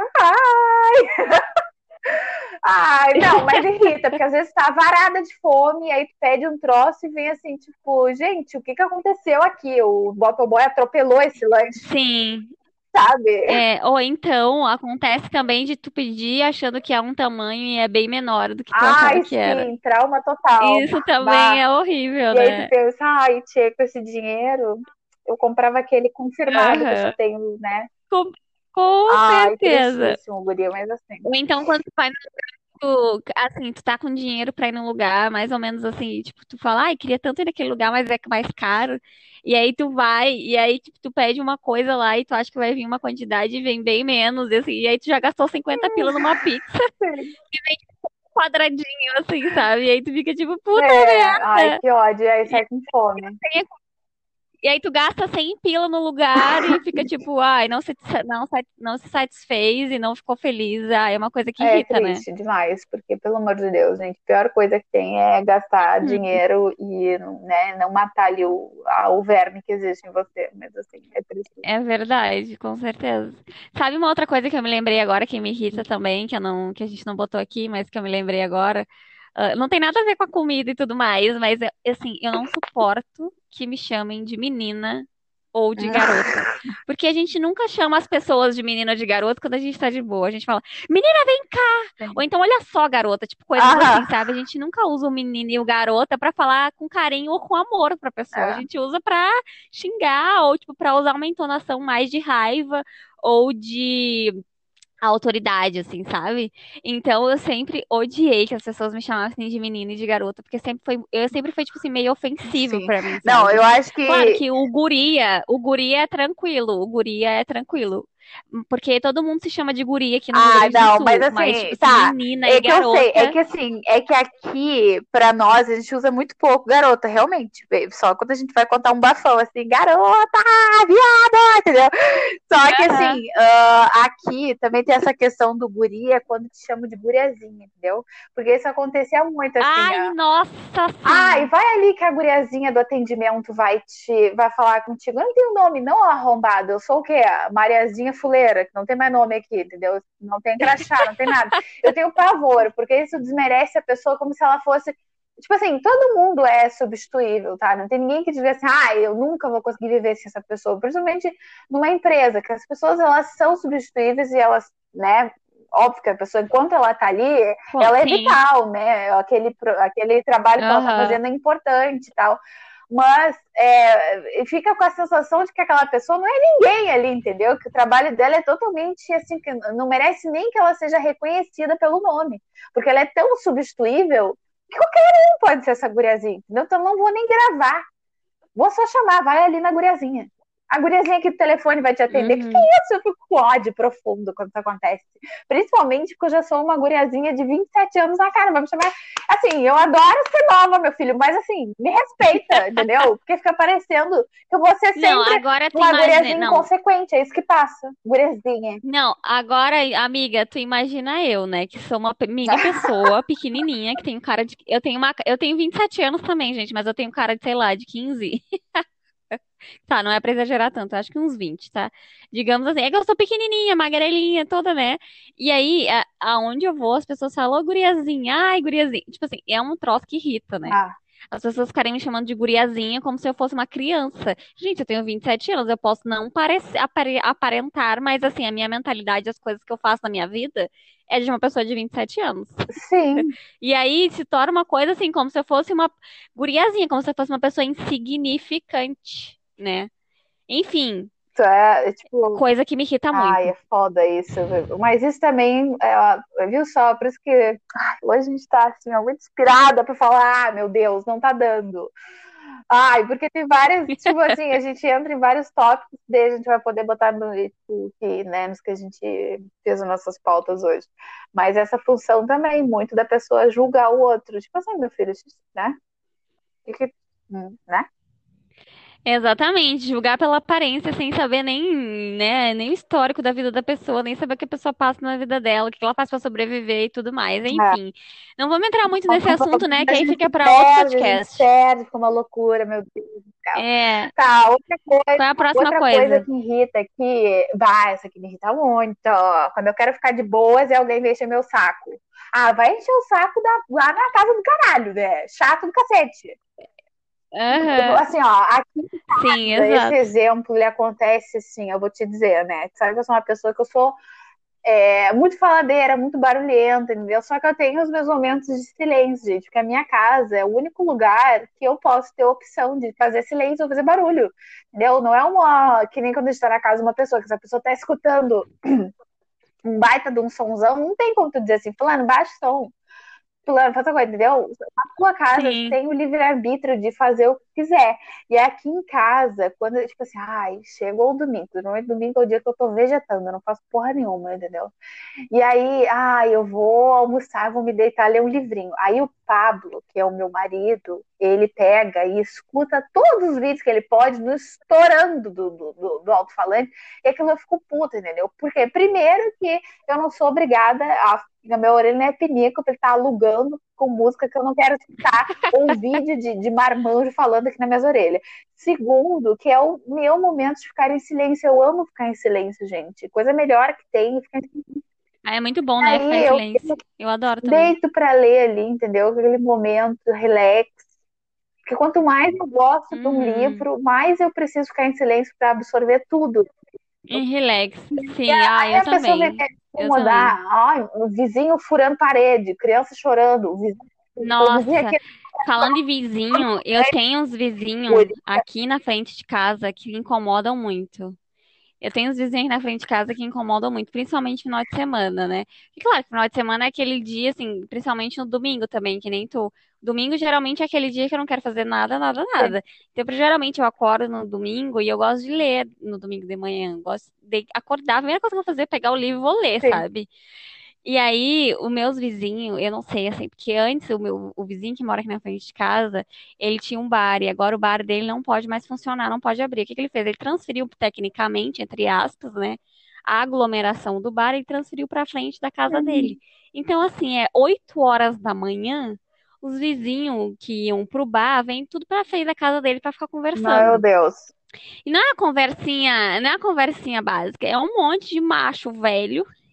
Ai, não, mas irrita, porque às vezes tá varada de fome, aí tu pede um troço e vem assim, tipo, gente, o que que aconteceu aqui? O motoboy atropelou esse lanche, Sim, sabe? ou então acontece também de tu pedir achando que é um tamanho e é bem menor do que tu achava Ai, que era. sim, trauma total. Isso também Bah. é horrível, E aí tu né? pensa, ai, tchê, com esse dinheiro, eu comprava aquele confirmado que eu só Aham. tenho, né? Com, com Ai, certeza. tristíssimo, guria, mas assim. Ou então quando tu vai assim, tu tá com dinheiro pra ir num lugar, mais ou menos assim, tipo, tu fala, ai, queria tanto ir naquele lugar, mas é mais caro. E aí tu vai, e aí tipo, tu pede uma coisa lá e tu acha que vai vir uma quantidade e vem bem menos, e, assim, e aí tu já gastou 50 pila numa pizza quadradinho, assim, sabe? E aí tu fica tipo, puta É, ai, merda! que ódio, aí sai com fome. E aí tu gasta 100 pila no lugar e fica tipo, ai, não se satisfez e não ficou feliz. Ah, é uma coisa que É irrita, né? triste demais, porque, pelo amor de Deus, gente, a pior coisa que tem é gastar Hum. dinheiro e, né, não matar ali o verme que existe em você. Mas, assim, é triste. É verdade, com certeza. Sabe uma outra coisa que eu me lembrei agora que me irrita também, que a gente não botou aqui, mas que eu me lembrei agora? Não tem nada a ver com a comida e tudo mais, mas assim, eu não suporto que me chamem de menina ou de garota. Porque a gente nunca chama as pessoas de menina ou de garota quando a gente tá de boa. A gente fala, menina, vem cá! Ou então, olha só, garota, tipo, coisas Ah, assim, sabe? A gente nunca usa o menino e o garota pra falar com carinho ou com amor pra pessoa. A é. gente usa pra xingar, ou tipo, pra usar uma entonação mais de raiva ou de autoridade, assim, sabe? Então eu sempre odiei que as pessoas me chamassem de menina e de garota, porque sempre foi, tipo assim, meio ofensivo Sim. pra mim, Não, eu sabe? acho Claro que que o guria é tranquilo. Porque todo mundo se chama de guria aqui no Rio ah, Grande do não, mas Sul, mas, tipo assim, assim, tá. menina e É que eu sei, é garota. que assim, é que aqui, pra nós, a gente usa muito pouco garota, realmente. Só quando a gente vai contar um bafão, assim, garota, viada, entendeu? Só que Aham. assim, aqui também tem essa questão do guri, é quando te chamam de guriazinha, entendeu? Porque isso acontecia muito, assim, Ai, nossa, ai, sim. vai ali que a guriazinha do atendimento vai falar contigo. Eu não tenho nome, não, arrombado. Eu sou o quê? A Mariazinha Fuleira, que não tem mais nome aqui, entendeu? Não tem crachá, não tem nada. Eu tenho pavor, porque isso desmerece a pessoa como se ela fosse. Tipo assim, todo mundo é substituível, tá? Não tem ninguém que diga assim, eu nunca vou conseguir viver sem essa pessoa. Principalmente numa empresa, que as pessoas, elas são substituíveis e elas, né? Óbvio que a pessoa, enquanto ela tá ali, ela é Sim. vital, né? Aquele trabalho que ela tá Aham. fazendo é importante e tal. Mas fica com a sensação de que aquela pessoa não é ninguém ali, entendeu? Que o trabalho dela é totalmente assim, que não merece nem que ela seja reconhecida pelo nome. Porque ela é tão substituível que qualquer um pode ser essa guriazinha, entendeu? Então não vou nem gravar. Vou só chamar, vai ali na guriazinha. A guriazinha aqui do telefone vai te atender. O que Uhum. é isso? Eu fico com ódio profundo quando isso acontece. Principalmente porque eu já sou uma guriazinha de 27 anos na cara. Vai me chamar. Assim, eu adoro ser nova, meu filho, mas assim, me respeita, entendeu? Porque fica parecendo que eu vou ser Não, sempre agora tu uma imagina. guriazinha Não, inconsequente. É isso que passa. Guriazinha. não, agora, amiga, tu imagina eu, né? Que sou uma mini pessoa, pequenininha, que tenho cara de. Eu tenho 27 anos também, gente, mas eu tenho cara de, sei lá, de 15. Tá, não é pra exagerar tanto, eu acho que uns 20, tá? Digamos assim, é que eu sou pequenininha, magrelinha, toda, né? E aí, aonde eu vou, as pessoas falam, ô, guriazinha, ai, guriazinha. Tipo assim, é um troço que irrita, né? Ah, As pessoas ficarem me chamando de guriazinha como se eu fosse uma criança. Gente, eu tenho 27 anos, eu posso não parecer, aparentar, mas assim, a minha mentalidade, as coisas que eu faço na minha vida é de uma pessoa de 27 anos. sim. E aí se torna uma coisa assim, como se eu fosse uma guriazinha, como se eu fosse uma pessoa insignificante, né? Enfim, Tipo, coisa que me irrita ai, muito. é foda isso. Mas isso também, viu só? Por isso que hoje a gente tá assim, ó, muito inspirada pra falar, meu Deus, não tá dando. Ai, porque tem várias, tipo assim, a gente entra em vários tópicos, daí a gente vai poder botar no, tipo, que, né, nos que a gente fez as nossas pautas hoje. Mas essa função também, muito da pessoa julgar o outro. Tipo assim, meu filho, né? Né? Exatamente, julgar pela aparência sem saber nem, né, nem o histórico da vida da pessoa, nem saber o que a pessoa passa na vida dela, o que ela faz pra sobreviver e tudo mais. É. Enfim, não vamos entrar muito nesse assunto, né, que A aí gente fica pra outro perde, a gente podcast. perde, fica uma loucura, meu Deus do céu. É, Tá, qual é a próxima outra coisa coisa? que irrita aqui, essa aqui me irrita muito. Quando eu quero ficar de boas e alguém vem encher meu saco. Ah, vai encher o saco lá na casa do caralho, né? Chato do cacete. Aham, Assim, ó, aqui sim, esse exato. exemplo ele acontece assim, eu vou te dizer, né? Sabe que eu sou uma pessoa que eu sou muito faladeira, muito barulhenta, entendeu? Só que eu tenho os meus momentos de silêncio, gente, porque a minha casa é o único lugar que eu posso ter a opção de fazer silêncio ou fazer barulho, entendeu? Não é uma, que nem quando a gente tá na casa de uma pessoa, que se a pessoa tá escutando um baita de um sonzão, não tem como tu dizer assim, fulano, baixa o som. Fulano, faz coisa, entendeu? Na tua casa, você Sim. tem o livre-arbítrio de fazer o que quiser. E aqui em casa, quando, tipo assim, chegou o domingo. Normalmente domingo é o dia que eu tô vegetando, eu não faço porra nenhuma, entendeu? E aí, eu vou almoçar, vou me deitar, ler um livrinho. Aí o Pablo, que é o meu marido, ele pega e escuta todos os vídeos que ele pode, no estourando do alto-falante, e aquilo eu fico puta, entendeu? Porque, primeiro, que eu não sou obrigada a minha orelha não é pinico pra ele estar alugando com música que eu não quero escutar, ou um vídeo de marmanjo falando aqui nas minhas orelhas. Segundo, que é o meu momento de ficar em silêncio. Eu amo ficar em silêncio, gente. Coisa melhor que tem, ficar em Ah, é muito bom, né, ficar em Aí eu silêncio. Eu adoro também. deito para ler ali, entendeu? Aquele momento, relax. Porque quanto mais eu gosto de um Uhum. livro, mais eu preciso ficar em silêncio para absorver tudo. E relax. Sim, Aí eu a pessoa vem também. me Eu também. incomodar, o vizinho furando parede, criança chorando, o vizinho Nossa, aqui falando de vizinho, eu tenho uns vizinhos aqui na frente de casa que incomodam muito. Eu tenho uns vizinhos na frente de casa que incomodam muito, principalmente no final de semana, né? E claro, final de semana é aquele dia, assim, principalmente no domingo também, que nem tu. Domingo geralmente é aquele dia que eu não quero fazer nada, nada, nada. Então, geralmente eu acordo no domingo e eu gosto de ler no domingo de manhã. Gosto de acordar, a primeira coisa que eu vou fazer é pegar o livro e vou ler, sim. sabe? E aí, os meus vizinhos, eu não sei, assim, porque antes o vizinho que mora aqui na frente de casa, ele tinha um bar, e agora o bar dele não pode mais funcionar, não pode abrir. O que que ele fez? Ele transferiu, tecnicamente, entre aspas, né, a aglomeração do bar e transferiu para frente da casa dele. Então, assim, é 8 horas da manhã, os vizinhos que iam pro bar, vêm tudo pra frente da casa dele para ficar Meu conversando. Deus. E não é uma conversinha, não é uma conversinha básica, é um monte de macho velho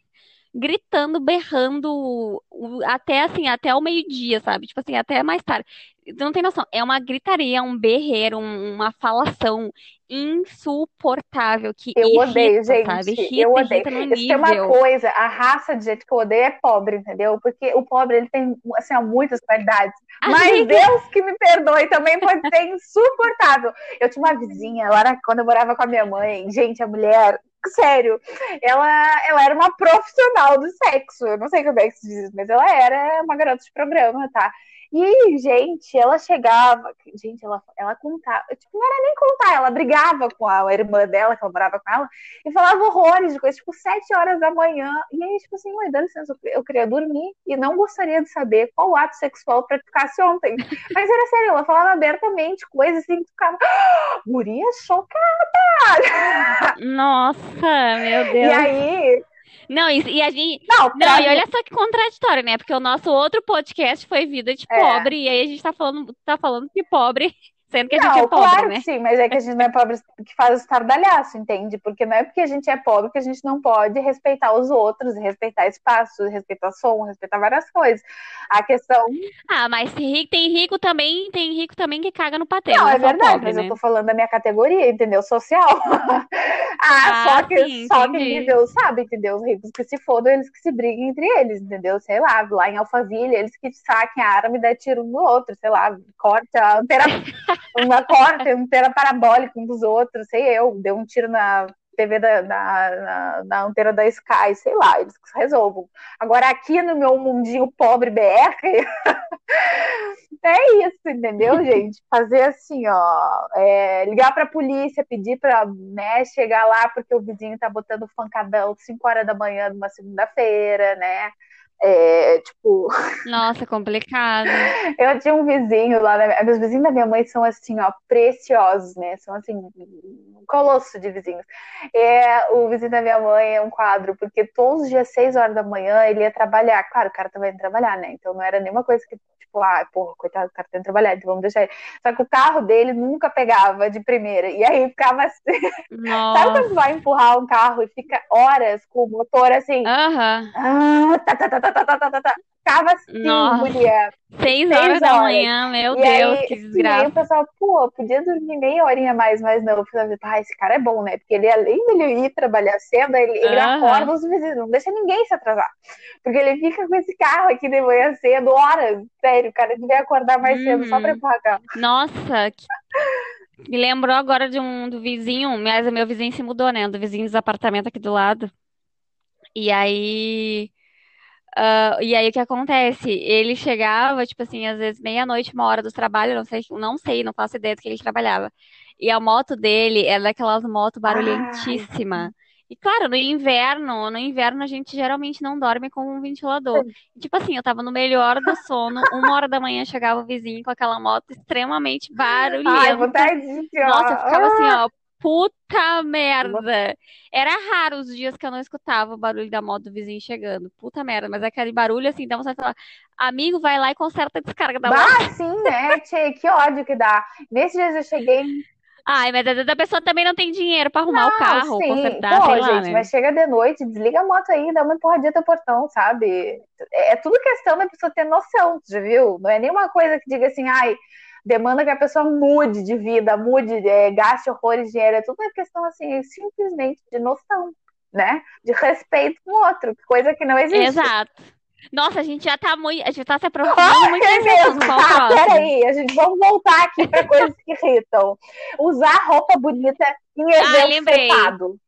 gritando, berrando, até assim, até o meio-dia, sabe? Tipo assim, até mais tarde. Tu não tem noção, é uma gritaria, um berreiro, uma falação insuportável que Eu odeio, irrita, sabe? gente. Eu Irrita, odeio. irrita no Isso tem uma nível. coisa, a raça de gente que eu odeio é pobre, entendeu? Porque o pobre, ele tem, assim, ó, muitas qualidades. Mas Amiga, Deus que me perdoe, também pode ser insuportável. Eu tinha uma vizinha, quando eu morava com a minha mãe, gente, a mulher, sério, ela era uma profissional do sexo. Eu não sei como é que se diz, mas ela era uma garota de programa, tá? E, gente, ela chegava, gente, ela contava, tipo, não era nem contar, ela brigava com a irmã dela, que ela morava com ela, e falava horrores de coisas, tipo, 7 horas da manhã. E aí, tipo assim, mãe, dá licença, eu queria dormir e não gostaria de saber qual ato sexual praticasse ontem. Mas era sério, ela falava abertamente coisas assim, que ficava, guria chocada. nossa, meu E Deus. aí, Não, e a gente. não, Não, pra e mim, olha só que contraditório, né? Porque o nosso outro podcast foi Vida de é, Pobre, e aí a gente tá falando de pobre, sendo que a gente é não, pobre, claro que né? sim, mas é que a gente não é pobre que faz estardalhaço, entende? Porque não é porque a gente é pobre que a gente não pode respeitar os outros, respeitar espaços, respeitar som, respeitar várias coisas. A questão. Ah, mas tem rico também que caga no patê, Não, não é é só verdade, pobre, mas eu né? tô falando da minha categoria, entendeu? Social. Ah, Ah, sim, só que entendi. nível, sabe, entendeu? Os ricos que se fodam, eles que se briguem entre eles, entendeu? Sei lá em Alphaville, eles que saquem a arma e dão tiro um no outro, sei lá, corta a antena parabólica um dos outros, sei eu, deu um tiro na TV na antena da Sky, sei lá, eles que resolvam. Agora aqui no meu mundinho pobre BR, é isso, entendeu, gente? Fazer assim, ó, ligar pra polícia, pedir pra, né, chegar lá porque o vizinho tá botando pancadão 5 horas da manhã numa segunda-feira, né? Tipo, Nossa, complicado. eu tinha um vizinho lá, os vizinhos da minha mãe são assim, ó, preciosos, né? São assim, um colosso de vizinhos. O vizinho da minha mãe é um quadro, porque todos os dias, 6 horas da manhã, ele ia trabalhar. Claro, o cara também ia trabalhar, né? Então não era nenhuma coisa que, tipo, porra, coitado, o cara tem que trabalhar, então vamos deixar ele. Só que o carro dele nunca pegava de primeira. E aí ficava assim. Sabe quando vai Nossa. empurrar um carro e fica horas com o motor assim? Aham. Tá, tá, tá, tá, tá, tá, tá, tá. Ficava assim, Nossa. guria. 6 horas seis da horas. manhã, meu E Deus, aí, que sim, aí o desgraça. pessoal, pô, podia dormir meia horinha mais, mas não. Eu falei, esse cara é bom, né? Porque ele, além dele ir trabalhar cedo, ele Aham. acorda os vizinhos, não deixa ninguém se atrasar. Porque ele fica com esse carro aqui de manhã cedo, horas. Sério, o cara devia acordar mais cedo só pra Uhum. empurrar carro. Nossa, me lembrou agora do vizinho, mas o meu vizinho se mudou, né? Do vizinho dos apartamentos aqui do lado. E aí, o que acontece? Ele chegava, tipo assim, às vezes meia-noite, 1 hora do trabalho, não sei, não faço ideia do que ele trabalhava. E a moto dele era daquelas motos Ai, barulhentíssima. E claro, no inverno a gente geralmente não dorme com um ventilador. E, tipo assim, eu tava no melhor do sono, 1 hora da manhã chegava o vizinho com aquela moto extremamente ai, barulhenta. vontade de, Nossa, eu ficava assim, ó. ó, puta merda. Era raro os dias que eu não escutava o barulho da moto do vizinho chegando. Puta merda, mas aquele barulho assim, dá vontade de falar, amigo, vai lá e conserta a descarga da moto. Bah, sim, né? Tchê, que ódio que dá. Nesses dias eu cheguei. Ai, mas às vezes a pessoa também não tem dinheiro pra arrumar o Não, carro ou sim. consertar, sei Pô, lá, gente, né? mas chega de noite, desliga a moto aí, dá uma empurradinha no portão, sabe? É tudo questão da pessoa ter noção, já viu? Não é nenhuma coisa que diga assim, ai, demanda que a pessoa mude de vida, gaste horrores de dinheiro. É tudo uma questão, assim, simplesmente de noção, né? De respeito com o outro, coisa que não existe. Exato. Nossa, a gente tá se aprofundando muito É nesse assunto. mesmo, Qual o tá? próximo? Peraí, a gente vamos voltar aqui para coisas que irritam. Usar roupa bonita em Ai, evento lembrei. fretado.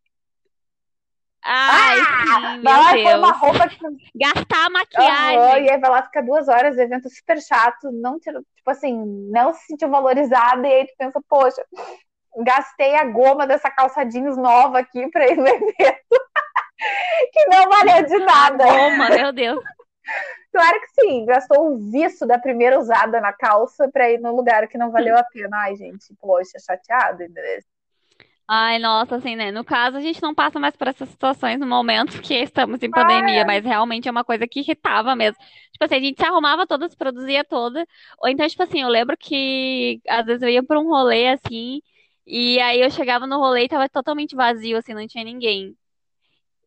Ai, Ah! sim, Vai meu lá e põe uma Deus. roupa que. Gastar a Aham, e maquiagem. aí vai lá, fica 2 horas, evento super chato, não tipo assim, não se sentiu valorizada, e aí tu pensa, poxa, gastei a goma dessa calça jeans nova aqui pra ir no evento, que não valeu de A nada. goma, meu Deus. Claro que sim, gastou o viço da primeira usada na calça pra ir no lugar que não valeu a pena. Ai, gente, poxa, chateado. Ai, nossa, assim, né? No caso, a gente não passa mais por essas situações no momento que estamos em pandemia, Ai, mas realmente é uma coisa que irritava mesmo. Tipo assim, a gente se arrumava toda, se produzia toda. Ou então, tipo assim, eu lembro que às vezes eu ia pra um rolê assim, e aí eu chegava no rolê e tava totalmente vazio, assim, não tinha ninguém.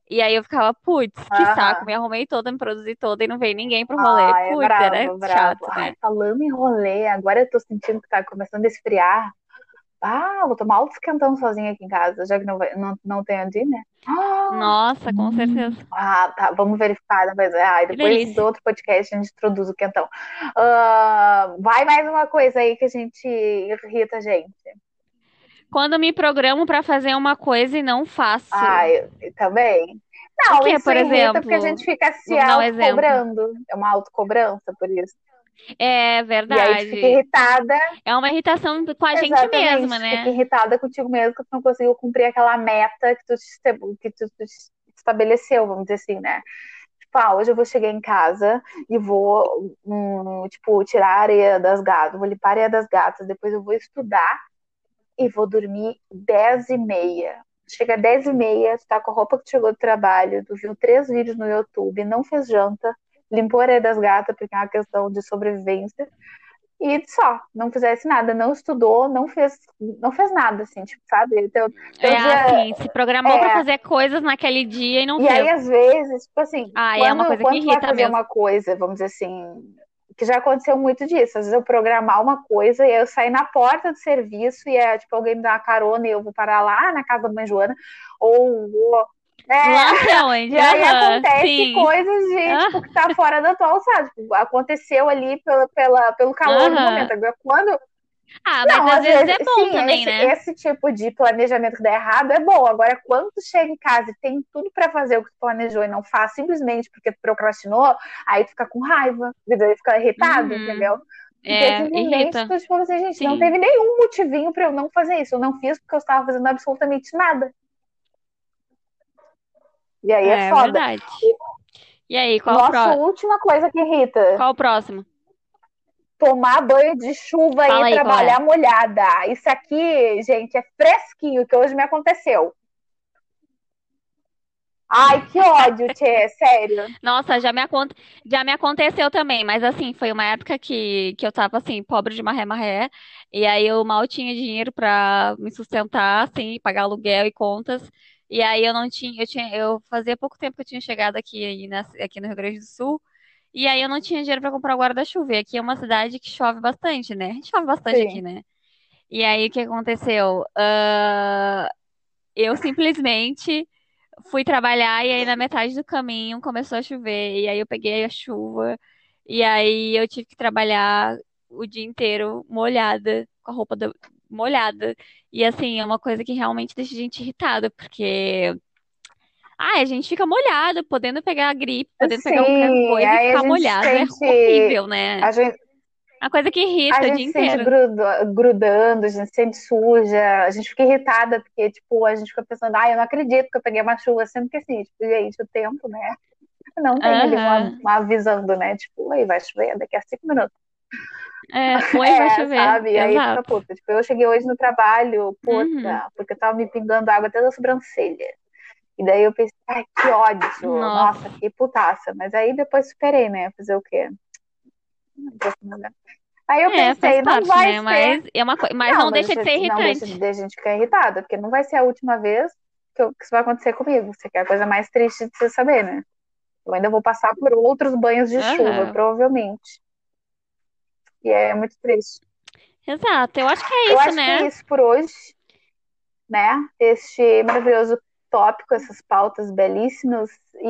E aí eu ficava, putz, que saco, Aham. me arrumei toda, me produzi toda e não veio ninguém pro rolê. Ah, é Putz, era bravo, bravo. chato, Ai, né? falando em rolê, agora eu tô sentindo que tá começando a esfriar. Ah, vou tomar outro esquentão sozinha aqui em casa, já que não tem onde ir, né? Nossa, com certeza. Tá, vamos verificar depois. Ah, Que depois do delícia. outro podcast a gente introduz o quentão. Vai mais uma coisa aí que a gente irrita a gente. Quando me programo pra fazer uma coisa e não faço. Ah, eu também. O Não, que, isso por irrita porque a exemplo? gente fica se Vamos dar um exemplo. autocobrando. É uma autocobrança por isso. É E aí tu fica verdade. irritada. É uma irritação com a gente mesma, Exatamente, tu fica né? irritada contigo mesmo que tu não conseguiu cumprir aquela meta que tu estabeleceu, vamos dizer assim, né? Tipo, hoje eu vou chegar em casa e vou, tipo, tirar a areia das gatas, vou limpar a areia das gatas, depois eu vou estudar e vou dormir 10h30. Chega 10h30, tu tá com a roupa que tu chegou do trabalho, tu viu 3 vídeos no YouTube, não fez janta, limpou a areia das gatas, porque é uma questão de sobrevivência, e só, não fizesse nada, não estudou, não fez nada, assim, tipo, sabe? Teu É dia assim, se programou pra é. fazer coisas naquele dia e não E aí, fez. às vezes, tipo assim, Ah, é uma quando, coisa que quando tu vai irrita fazer mesmo. uma coisa, vamos dizer assim, que já aconteceu muito disso, às vezes eu programar uma coisa e aí eu sair na porta do serviço e tipo, alguém me dá uma carona e eu vou parar lá na casa da mãe Joana, ou vou. Lá E aonde? aí Aham, acontece sim. coisas de, tipo, Ah, que tá fora da tua alçada. Tipo, aconteceu ali pelo calor do aham. momento. Agora, quando Ah, mas não, às às vezes é vezes, bom sim, também, né? esse tipo de planejamento que dá errado é bom. Agora, quando tu chega em casa e tem tudo para fazer o que tu planejou e não faz simplesmente porque tu procrastinou, aí tu fica com raiva, aí fica irritado, Uhum. entendeu? Porque É, simplesmente irrita. tu tipo assim, gente, não Sim. teve nenhum motivinho para eu não fazer isso. Eu não fiz porque eu estava fazendo absolutamente nada. E aí é É foda. verdade. E aí, Nossa, última coisa que irrita. qual o próximo? Tomar banho de chuva e Fala aí qual é. trabalhar molhada. Isso aqui, gente, é fresquinho que hoje me aconteceu. Ai, que ódio, Tchê, sério. Nossa, já me aconteceu também, mas assim, foi uma época que eu tava assim, pobre de maré-maré, e aí eu mal tinha dinheiro pra me sustentar, assim, pagar aluguel e contas, e aí eu fazia pouco tempo que eu tinha chegado aqui no Rio Grande do Sul, e aí eu não tinha dinheiro pra comprar o guarda-chuva, e aqui é uma cidade que chove bastante, né? A gente chove bastante aqui, Sim. né? E aí o que aconteceu? Eu simplesmente fui trabalhar e aí na metade do caminho começou a chover. E aí eu peguei a chuva e aí eu tive que trabalhar o dia inteiro molhada, com a molhada. E assim, é uma coisa que realmente deixa a gente irritada, porque a gente fica molhado, podendo pegar a gripe, podendo pegar qualquer Sim, coisa e aí a ficar gente molhado é sente. horrível, né? A gente, Uma coisa que a irrita o dia gente sente inteiro. grudando, a gente sente suja, a gente fica irritada, porque, tipo, a gente fica pensando, eu não acredito que eu peguei uma chuva, sendo que assim, tipo, gente, o tempo, né? Não tem ali Aham. uma avisando, né? Tipo, aí vai chover daqui a 5 minutos. É, oi, vai chover. Sabe? Aí fica Exato. puta. Tipo, eu cheguei hoje no trabalho, Uhum. puta, porque tava me pingando água até da sobrancelha. E daí eu pensei, ai, que ódio, nossa, Nossa. que putaça. Mas aí depois superei, né? Fazer o quê? Aí eu É, faz pensei, não parte, vai né? ser. Mas Não, não mas deixa de ser não deixa irritante. de a gente ficar irritada, porque não vai ser a última vez que isso vai acontecer comigo. Isso aqui é a coisa mais triste de você saber, né? Eu ainda vou passar por outros banhos de chuva, Aham. provavelmente. E é muito triste. Exato. Eu acho que é Eu isso, acho que é né? isso por hoje, né? Este maravilhoso tópico, essas pautas belíssimas.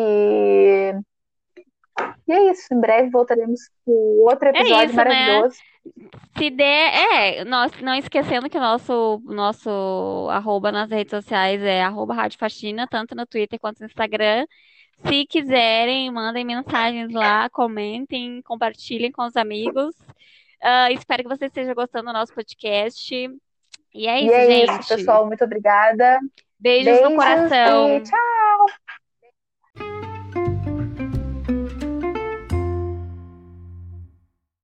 E é isso. Em breve voltaremos com outro É episódio isso, né? maravilhoso. Se der, nós não esquecendo que o nosso arroba nas redes sociais é arroba Rádio Faxina, tanto no Twitter quanto no Instagram. Se quiserem, mandem mensagens lá, comentem, compartilhem com os amigos. Espero que você esteja gostando do nosso podcast. E é E isso, é isso, gente. pessoal. Muito obrigada. Beijos no Beijos e coração. tchau!